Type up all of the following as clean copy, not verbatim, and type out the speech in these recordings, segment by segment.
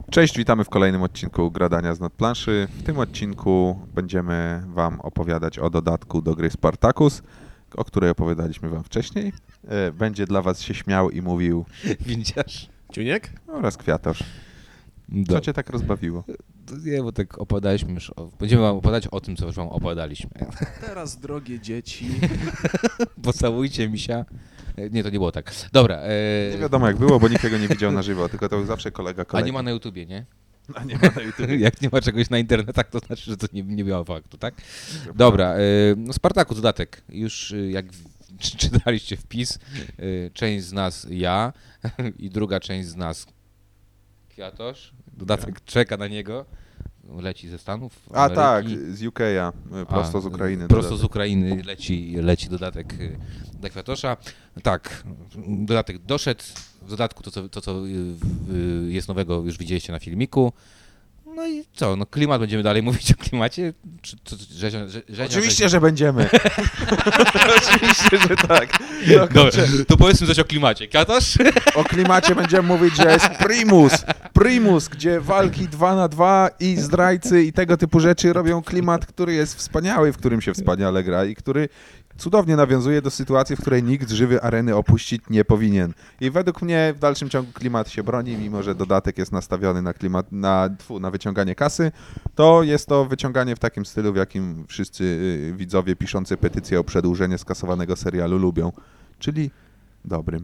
Cześć, witamy w kolejnym odcinku Gradania z Nadplanszy. W tym odcinku będziemy wam opowiadać o dodatku do gry Spartacus, o której opowiadaliśmy wam wcześniej. Będzie dla was się śmiał i mówił Windziarz. Ciuniek? oraz Kwiatosz. Co cię tak rozbawiło? Nie, bo tak opowiadaliśmy już, będziemy wam opowiadać o tym, co już wam opowiadaliśmy. Teraz, drogie dzieci. Pocałujcie misia. Nie, to nie było tak. Dobra. Nie wiadomo jak było, bo nikt tego nie widział na żywo, tylko to był zawsze kolega. A nie ma na YouTubie, nie? A nie ma na YouTubie. Jak nie ma czegoś na internetach, to znaczy, że to nie miało faktu, tak? Dobra. No Spartacus dodatek. Już jak czytaliście wpis, część z nas ja i druga część z nas Kwiatosz. Dodatek czeka na niego. Leci ze Stanów A tak, Ameryki. z UK'a, prosto z Ukrainy. Prosto dodatek. z Ukrainy leci dodatek dla Kwiatosza. Tak, dodatek doszedł. W dodatku to, co jest nowego, już widzieliście na filmiku. No i co, no klimat, będziemy dalej mówić o klimacie? Oczywiście, że będziemy. Oczywiście, że tak. No, Dobrze, to powiedzmy coś o klimacie. Kwiatosz? o klimacie będziemy mówić, że jest Primus, gdzie walki 2 na 2 i zdrajcy i tego typu rzeczy robią klimat, który jest wspaniały, w którym się wspaniale gra i który cudownie nawiązuje do sytuacji, w której nikt żywy areny opuścić nie powinien. I według mnie w dalszym ciągu klimat się broni, mimo że dodatek jest nastawiony na klimat, na wyciąganie kasy, to jest to wyciąganie w takim stylu, w jakim wszyscy widzowie piszący petycję o przedłużenie skasowanego serialu lubią, czyli dobrym.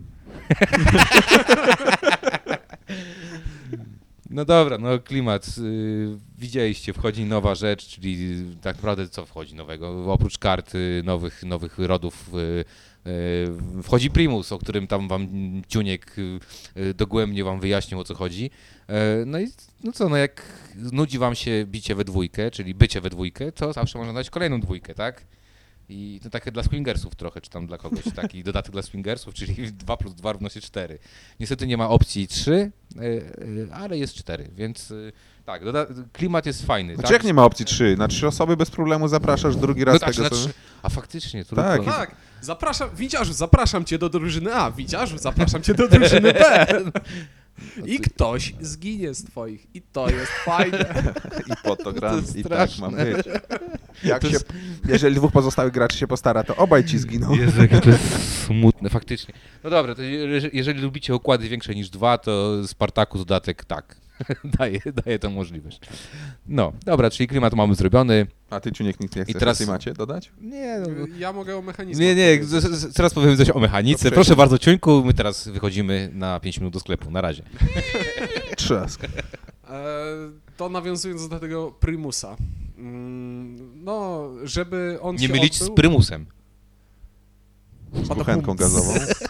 No dobra, no klimat. Widzieliście, wchodzi nowa rzecz, czyli tak naprawdę co wchodzi nowego? Oprócz kart nowych rodów wchodzi Primus, o którym tam wam Ciuniek dogłębnie wam wyjaśnił, o co chodzi. No i no co, no jak nudzi wam się bicie we dwójkę, czyli bycie we dwójkę, to zawsze można dać kolejną dwójkę, tak? I to takie dla swingersów trochę, czy tam dla kogoś taki dodatek dla swingersów, czyli 2 plus 2 równa się 4. Niestety nie ma opcji 3, ale jest 4, więc tak, klimat jest fajny. Znaczy tak? jak nie ma opcji 3? Na 3 osoby bez problemu zapraszasz drugi raz No tak, tego na co... 3. A faktycznie, to Tak, tylko... Tak, Wiciarzu, zapraszam cię do drużyny A. Wiciarzu, zapraszam cię do drużyny B. I ktoś zginie z twoich. I to jest fajne. I po to gram, To i tak straszne. ma być. Jeżeli dwóch pozostałych graczy się postara, to obaj ci zginą. Jezu, jakie to jest smutne, faktycznie. No dobra, to jeżeli lubicie układy większe niż 2, to Spartacus dodatek tak, daje tą możliwość. No, dobra, czyli klimat mamy zrobiony. A ty, Ciuniek, nic nie chcesz teraz- w klimacie dodać? Nie, no, Ja mogę o mechanizmie. nie, teraz powiem coś o mechanice. Dobrze. Proszę bardzo, Ciuńku, my teraz wychodzimy na 5 minut do sklepu. Na razie. Trzask. To nawiązując do tego Primusa. No, żeby on Nie się mylić z odbył... Prymusem. Z kuchenką gazową.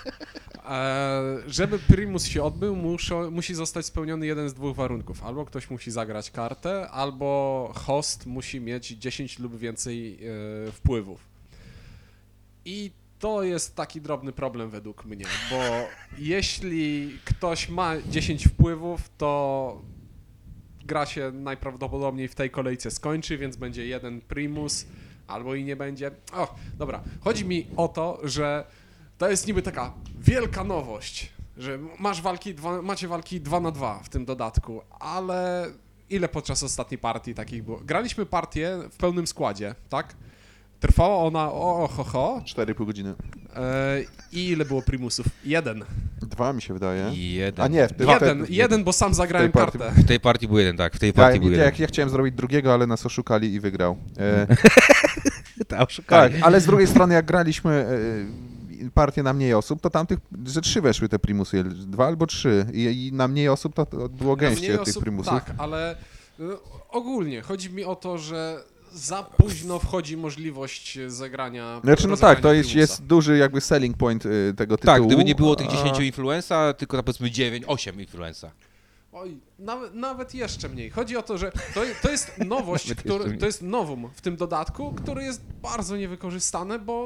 Żeby Primus się odbył, musi zostać spełniony jeden z dwóch warunków. Albo ktoś musi zagrać kartę, albo host musi mieć 10 lub więcej wpływów. I to jest taki drobny problem według mnie, bo jeśli ktoś ma 10 wpływów, to gra się najprawdopodobniej w tej kolejce skończy, więc będzie jeden Primus, albo i nie będzie. O, dobra. Chodzi mi o to, że to jest niby taka wielka nowość, że macie walki 2 na 2 w tym dodatku, ale ile podczas ostatniej partii takich było? Graliśmy partię w pełnym składzie, tak? Trwała ona 4,5 godziny. I ile było Primusów? 1. 2 mi się wydaje. Jeden. A nie, Jeden, bo sam zagrałem partii- kartę. W tej partii był jeden, tak. W tej partii był jeden. Ja chciałem zrobić drugiego, ale nas oszukali i wygrał. Tak, oszukali. Tak, ale z drugiej strony jak graliśmy partię na mniej osób, to tamtych ze 3 weszły te Primusy, 2 albo 3 i na mniej osób to było gęściej od tych Primusów. Tak, ale ogólnie chodzi mi o to, że za późno wchodzi możliwość zagrania. Znaczy no tak, to Primusa. jest duży jakby selling point tego tytułu. Tak, gdyby nie było tych 10 influenza, tylko powiedzmy 9, 8 influenza. Oj, nawet jeszcze mniej. Chodzi o to, że to jest nowość, Nawet jeszcze mniej. to jest nowum w tym dodatku, który jest bardzo niewykorzystane, bo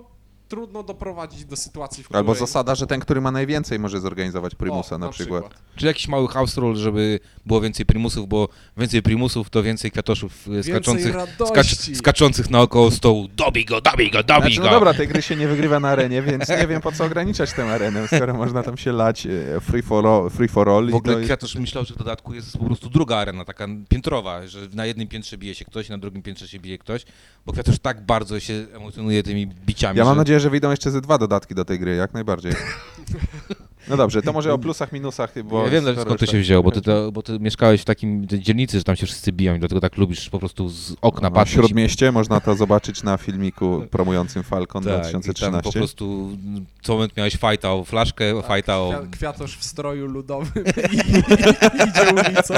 trudno doprowadzić do sytuacji, w której... Albo zasada, że ten, który ma najwięcej, może zorganizować Primusa na przykład. Czy jakiś mały house rule, żeby było więcej primusów, bo więcej primusów to więcej kwiatoszów skaczących naokoło stołu. Dobij go! Znaczy, no dobra, tej gry się nie wygrywa na arenie, więc nie wiem po co ograniczać tę arenę, skoro można tam się lać free for all. W ogóle Kwiatosz myślał, że w dodatku jest po prostu druga arena, taka piętrowa, że na jednym piętrze bije się ktoś, na drugim piętrze się bije ktoś, bo Kwiatosz tak bardzo się emocjonuje tymi biciami. Ja mam nadzieję, że wyjdą jeszcze ze 2 dodatki do tej gry, jak najbardziej. No dobrze, to może o plusach, minusach. Bo ja wiem, skąd to się wzięło, bo ty mieszkałeś w takim dzielnicy, że tam się wszyscy biją i dlatego tak lubisz po prostu z okna patrzeć. W Śródmieście można to zobaczyć na filmiku promującym Falcon 2013. I tam po prostu co moment miałeś fajta o flaszkę, fajta o... Kwiatosz w stroju ludowym i idzie ulicą.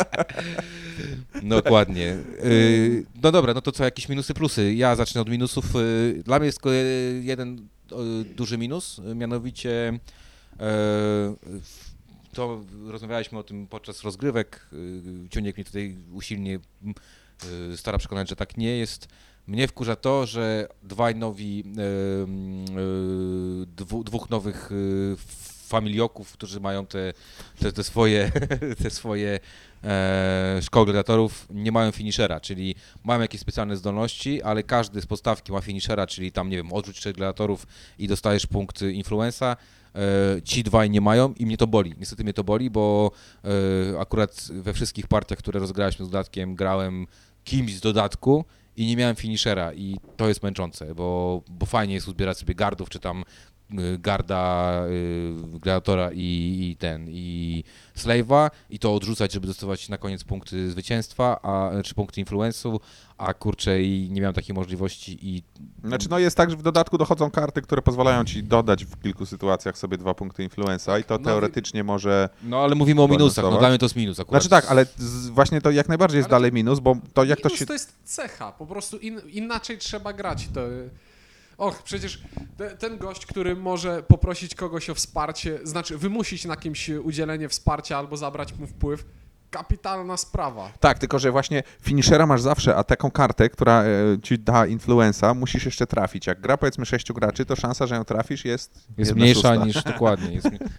Dokładnie. No dobra, no to co, jakieś minusy, plusy? Ja zacznę od minusów. Dla mnie jest tylko jeden duży minus, mianowicie to rozmawialiśmy o tym podczas rozgrywek. Ciuniek mnie tutaj usilnie stara przekonać, że tak nie jest. Mnie wkurza to, że dwóch nowych familioków, którzy mają te swoje szkoły gladiatorów, nie mają finishera, czyli mają jakieś specjalne zdolności, ale każdy z podstawki ma finishera, czyli tam, nie wiem, odrzuć 3 gladiatorów i dostajesz punkt influenza. Ci dwaj nie mają i mnie to boli. Niestety mnie to boli, bo akurat we wszystkich partiach, które rozgraliśmy z dodatkiem, grałem kimś z dodatku i nie miałem finishera i to jest męczące, bo fajnie jest uzbierać sobie gardów, czy tam garda, gladiatora i slave'a i to odrzucać, żeby dostawać na koniec punkty zwycięstwa, czy punkty influensu, a kurczę i nie miałem takiej możliwości i... Znaczy no jest tak, że w dodatku dochodzą karty, które pozwalają ci dodać w kilku sytuacjach sobie 2 punkty influenza i to teoretycznie może... No ale mówimy o minusach, no dla mnie to jest minus akurat. Znaczy tak, ale właśnie to jak najbardziej jest dalej minus, bo to jak minus to się... to jest cecha, po prostu inaczej trzeba grać. Przecież ten gość, który może poprosić kogoś o wsparcie, znaczy wymusić na kimś udzielenie wsparcia albo zabrać mu wpływ, kapitalna sprawa. Tak, tylko że właśnie finishera masz zawsze, a taką kartę, która ci da influenza, musisz jeszcze trafić. Jak gra powiedzmy 6 graczy, to szansa, że ją trafisz jest mniejsza niż dokładnie.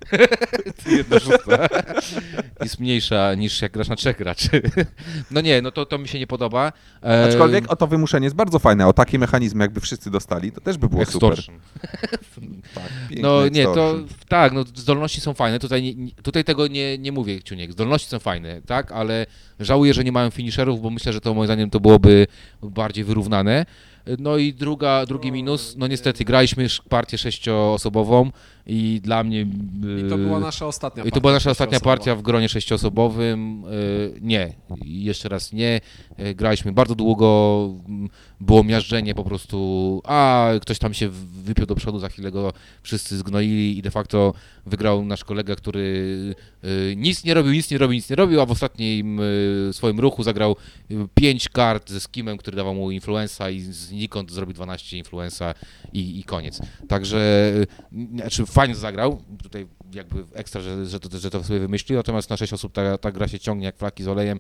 Jest mniejsza niż jak grasz na 3 graczy. No nie, no to mi się nie podoba. Aczkolwiek to wymuszenie jest bardzo fajne. O takie mechanizmy jakby wszyscy dostali, to też by było Extortion. Super. Tak, no nie, to tak, no zdolności są fajne. Tutaj tego nie mówię, Ciuniek. Zdolności są fajne, tak, ale żałuję, że nie mają finisherów, bo myślę, że to moim zdaniem to byłoby bardziej wyrównane. No i drugi minus, no niestety graliśmy partię 6-osobową i dla mnie... I to była nasza ostatnia partia. I to była nasza ostatnia partia w gronie 6-osobowym. Nie, jeszcze raz nie. Graliśmy bardzo długo, było miażdżenie po prostu, ktoś tam się wypiął do przodu, za chwilę go wszyscy zgnoili i de facto wygrał nasz kolega, który nic nie robił, a w ostatnim swoim ruchu zagrał 5 kart ze skimem, który dawał mu influenza i znikąd zrobił 12 influenza i koniec. Także znaczy fajnie zagrał, tutaj jakby ekstra, że to sobie wymyślił, natomiast na 6 osób ta gra się ciągnie jak flaki z olejem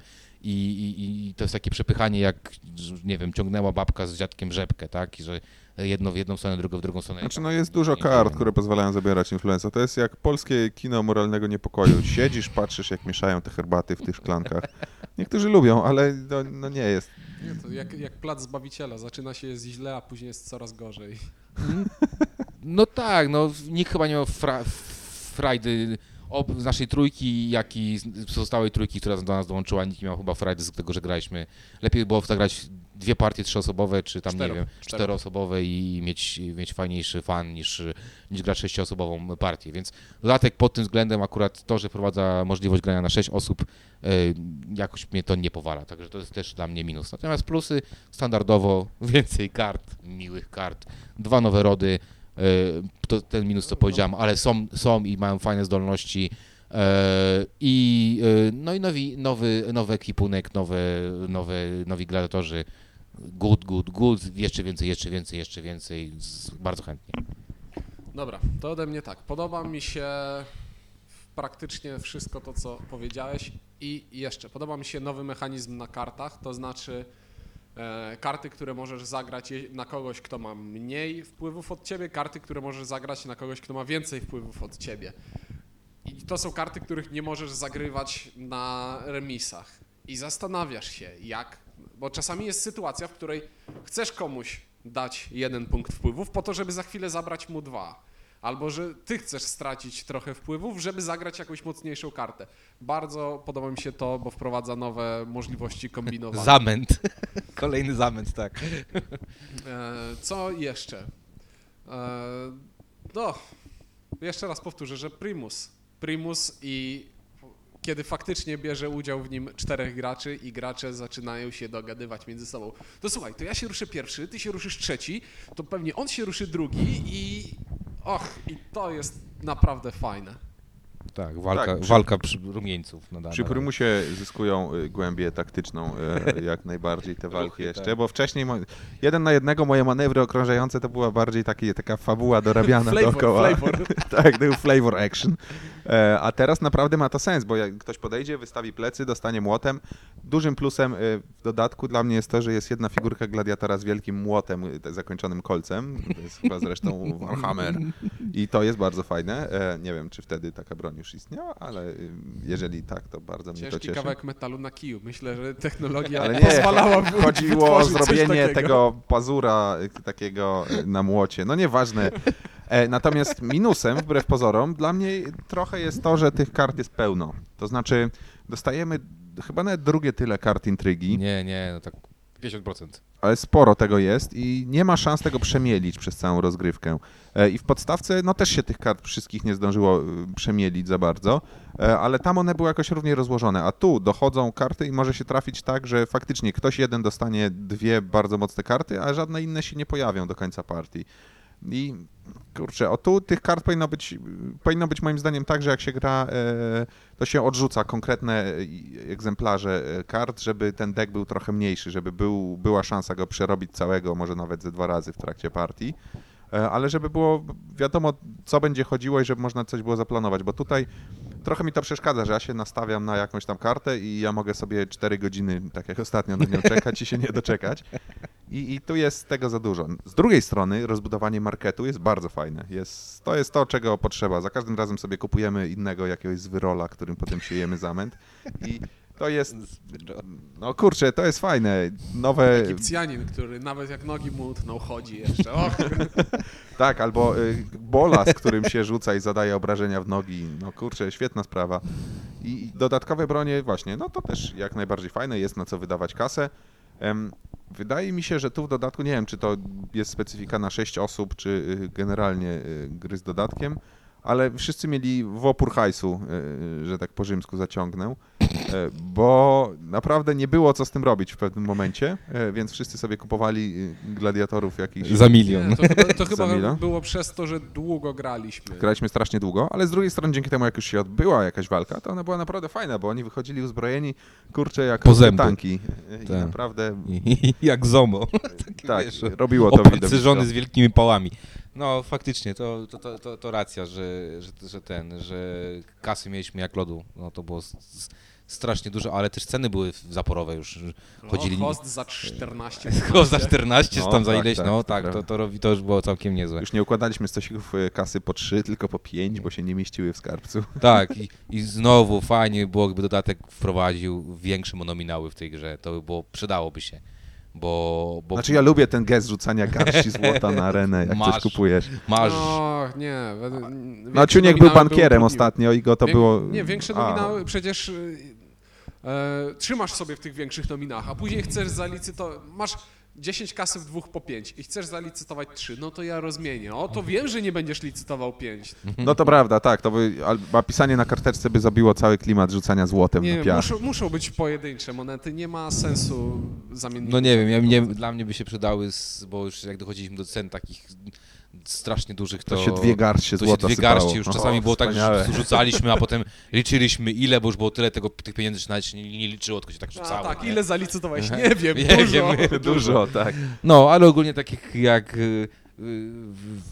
i to jest takie przepychanie, jak, nie wiem, ciągnęła babka z dziadkiem rzepkę, tak? I że jedno w jedną stronę, drugo w drugą stronę. Znaczy no jest dużo kart, które pozwalają zabierać influenza. To jest jak polskie kino moralnego niepokoju. Siedzisz, patrzysz, jak mieszają te herbaty w tych szklankach. Niektórzy lubią, ale no nie jest. Nie, to jak plac Zbawiciela. Zaczyna się jest źle, a później jest coraz gorzej. No tak, no nikt chyba nie miał frajdy z naszej trójki, jak i z pozostałej trójki, która do nas dołączyła, nikt nie miał chyba frajdy z tego, że graliśmy. Lepiej było zagrać 2 partie 3-osobowe, czy tam, nie wiem, 4-osobowe i mieć fajniejszy fan niż grać 6-osobową partię. Więc dodatek pod tym względem akurat to, że wprowadza możliwość grania na 6 osób, jakoś mnie to nie powala. Także to jest też dla mnie minus. Natomiast plusy standardowo więcej kart, miłych kart, 2 nowe rody, to ten minus, co powiedziałem, ale są i mają fajne zdolności no i nowy ekwipunek, nowi gladiatorzy, good, jeszcze więcej, bardzo chętnie. Dobra, to ode mnie tak, podoba mi się praktycznie wszystko to, co powiedziałeś i jeszcze, podoba mi się nowy mechanizm na kartach, to znaczy Karty, które możesz zagrać na kogoś, kto ma mniej wpływów od ciebie, karty, które możesz zagrać na kogoś, kto ma więcej wpływów od ciebie. I to są karty, których nie możesz zagrywać na remisach. I zastanawiasz się, jak, bo czasami jest sytuacja, w której chcesz komuś dać 1 punkt wpływów po to, żeby za chwilę zabrać mu 2. Albo że ty chcesz stracić trochę wpływów, żeby zagrać jakąś mocniejszą kartę. Bardzo podoba mi się to, bo wprowadza nowe możliwości kombinowania. Zamęt. Kolejny zamęt, tak. Co jeszcze? No, jeszcze raz powtórzę, że Primus i kiedy faktycznie bierze udział w nim 4 graczy i gracze zaczynają się dogadywać między sobą. To słuchaj, to ja się ruszę pierwszy, ty się ruszysz trzeci, to pewnie on się ruszy drugi i to jest naprawdę fajne. Tak, Tak, walka przy rumieńców. No, Przy Prymusie zyskują głębię taktyczną jak najbardziej te walki Ruchy, jeszcze, tak. bo wcześniej 1 na 1 moje manewry okrążające to była bardziej taka fabuła dorabiana dookoła. Flavor. Tak, był flavor action. A teraz naprawdę ma to sens, bo jak ktoś podejdzie, wystawi plecy, dostanie młotem. Dużym plusem w dodatku dla mnie jest to, że jest jedna figurka gladiatora z wielkim młotem zakończonym kolcem. To jest chyba zresztą Warhammer. I to jest bardzo fajne. Nie wiem, czy wtedy taka broń już istniała, ale jeżeli tak, to bardzo mnie to Ciężki cieszy. kawałek metalu na kiju. Myślę, że technologia Ale nie, pozwalała chodziło o wytworzyć coś zrobienie takiego. tego pazura takiego na młocie. No nieważne. Natomiast minusem, wbrew pozorom, dla mnie trochę jest to, że tych kart jest pełno. To znaczy dostajemy chyba nawet drugie tyle kart intrygi, Nie, no tak 50%. ale sporo tego jest i nie ma szans tego przemielić przez całą rozgrywkę. I w podstawce no też się tych kart wszystkich nie zdążyło przemielić za bardzo, ale tam one były jakoś równie rozłożone, a tu dochodzą karty i może się trafić tak, że faktycznie ktoś jeden dostanie 2 bardzo mocne karty, a żadne inne się nie pojawią do końca partii. I kurczę, tu tych kart powinno być moim zdaniem tak, że jak się gra, to się odrzuca konkretne egzemplarze kart, żeby ten deck był trochę mniejszy, żeby była szansa go przerobić całego, może nawet ze 2 razy w trakcie partii, ale żeby było wiadomo, co będzie chodziło i żeby można coś było zaplanować, bo tutaj trochę mi to przeszkadza, że ja się nastawiam na jakąś tam kartę i ja mogę sobie 4 godziny, tak jak ostatnio, na nią czekać i się nie doczekać. I tu jest tego za dużo. Z drugiej strony rozbudowanie marketu jest bardzo fajne. To jest to, czego potrzeba. Za każdym razem sobie kupujemy innego jakiegoś zwyrola, którym potem siejemy zamęt. I to jest... No kurczę, to jest fajne. Nowe... Egipcjanin, który nawet jak nogi mu utną, chodzi jeszcze. Tak, albo bola, z którym się rzuca i zadaje obrażenia w nogi. No kurczę, świetna sprawa. I dodatkowe bronie właśnie, no to też jak najbardziej fajne, jest na co wydawać kasę. Wydaje mi się, że tu w dodatku, nie wiem, czy to jest specyfika na 6 osób, czy generalnie gry z dodatkiem, ale wszyscy mieli w opór hajsu, że tak po rzymsku zaciągnę, bo naprawdę nie było co z tym robić w pewnym momencie, więc wszyscy sobie kupowali gladiatorów jakichś. Za milion. Nie, to chyba Za było przez to, że długo graliśmy. Graliśmy strasznie długo, ale z drugiej strony dzięki temu, jak już się odbyła jakaś walka, to ona była naprawdę fajna, bo oni wychodzili uzbrojeni, kurczę, jak Po zęby. tanki. I Tak. naprawdę, Jak zomo. tak, wiesz, robiło to widowisko. Opancerzony z wielkimi pałami. No faktycznie, to racja, że kasy mieliśmy jak lodu. No to było strasznie dużo, ale też ceny były zaporowe już. Chodzili... Host za 14. Tylko za 14, No, tam za tak, ileś, tak, no to tak, prawda. to już było całkiem niezłe. Już nie układaliśmy stosików kasy po 3, tylko po 5, bo się nie mieściły w skarbcu. Tak, i znowu fajnie było, gdyby dodatek wprowadził większe nominały w tej grze, to by było, przydałoby się. Bo Znaczy ja lubię ten gest rzucania garści złota na arenę, jak Masz. coś kupujesz. masz... No, nie. No Ciuniek był bankierem ostatnio i go to było... Nie, większe nominały, przecież trzymasz sobie w tych większych nominałach, a później chcesz zalicytować, masz 10 kasy w 2 po 5 i chcesz zalicytować 3, no to ja rozmienię. O, to wiem, że nie będziesz licytował 5. No to prawda, tak, to by, a pisanie na karteczce by zabiło cały klimat rzucania złotem Nie, na piach. muszą być pojedyncze monety, nie ma sensu zamienić. No nie wiem, dla mnie by się przydały, bo już jak dochodziliśmy do cen takich strasznie dużych, To się 2 garście to złota się 2 garści już sypało. czasami O, było tak, wspaniałe. że rzucaliśmy, a potem liczyliśmy ile, bo już było tyle tych pieniędzy, że nawet się nie liczyło, tylko się tak A rzucało. tak, nie? ile zalicytowałeś? Nie wiem, Nie dużo. wiem. Dużo, tak. No, ale ogólnie takich jak w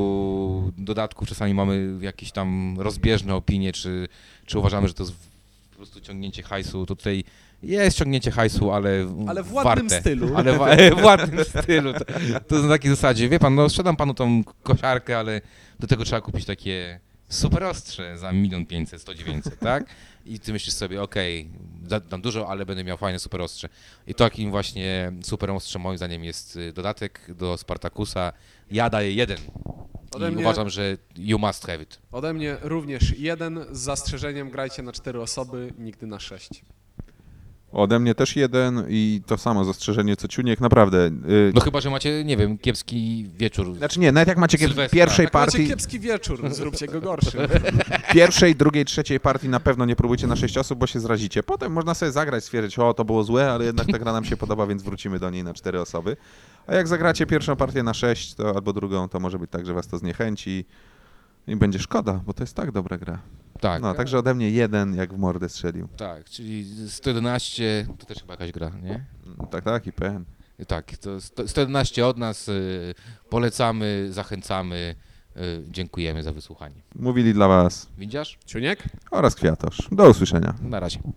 przypadku dodatków czasami mamy jakieś tam rozbieżne opinie, czy uważamy, że to jest po prostu ciągnięcie hajsu. To tutaj jest ciągnięcie hajsu, ale w ładnym warte. stylu. Ale w ładnym stylu. To na takiej zasadzie, wie pan, no sprzedam panu tą kosiarkę, ale do tego trzeba kupić takie super ostrze za 1 500 000, 100 900, tak? I ty myślisz sobie, okej, dam dużo, ale będę miał fajne super ostrze. I takim właśnie super ostrze moim zdaniem jest dodatek do Spartakusa. Ja daję 1. Ode I mnie- uważam, że you must have it. Ode mnie również 1, z zastrzeżeniem grajcie na 4 osoby, nigdy na 6. Ode mnie też 1 i to samo zastrzeżenie co Ciuniek, naprawdę. No chyba, że macie, nie wiem, kiepski wieczór. Znaczy nie, nawet jak macie Sylwestra. pierwszej Jak macie partii, kiepski wieczór, zróbcie go gorszym. pierwszej, drugiej, trzeciej partii na pewno nie próbujcie na 6 osób, bo się zrazicie. Potem można sobie zagrać, stwierdzić, o to było złe, ale jednak ta gra nam się podoba, więc wrócimy do niej na 4 osoby. A jak zagracie pierwszą partię na 6 to, albo drugą, to może być tak, że was to zniechęci i będzie szkoda, bo to jest tak dobra gra. Tak, No, także ode mnie 1 jak w mordę strzelił. tak, czyli 111 to też chyba jakaś gra, nie? Tak, IPN. Tak, to 111 od nas, polecamy, zachęcamy, dziękujemy za wysłuchanie. Mówili dla was Widzisz? Ciuniek? oraz Kwiatosz. Do usłyszenia. Na razie.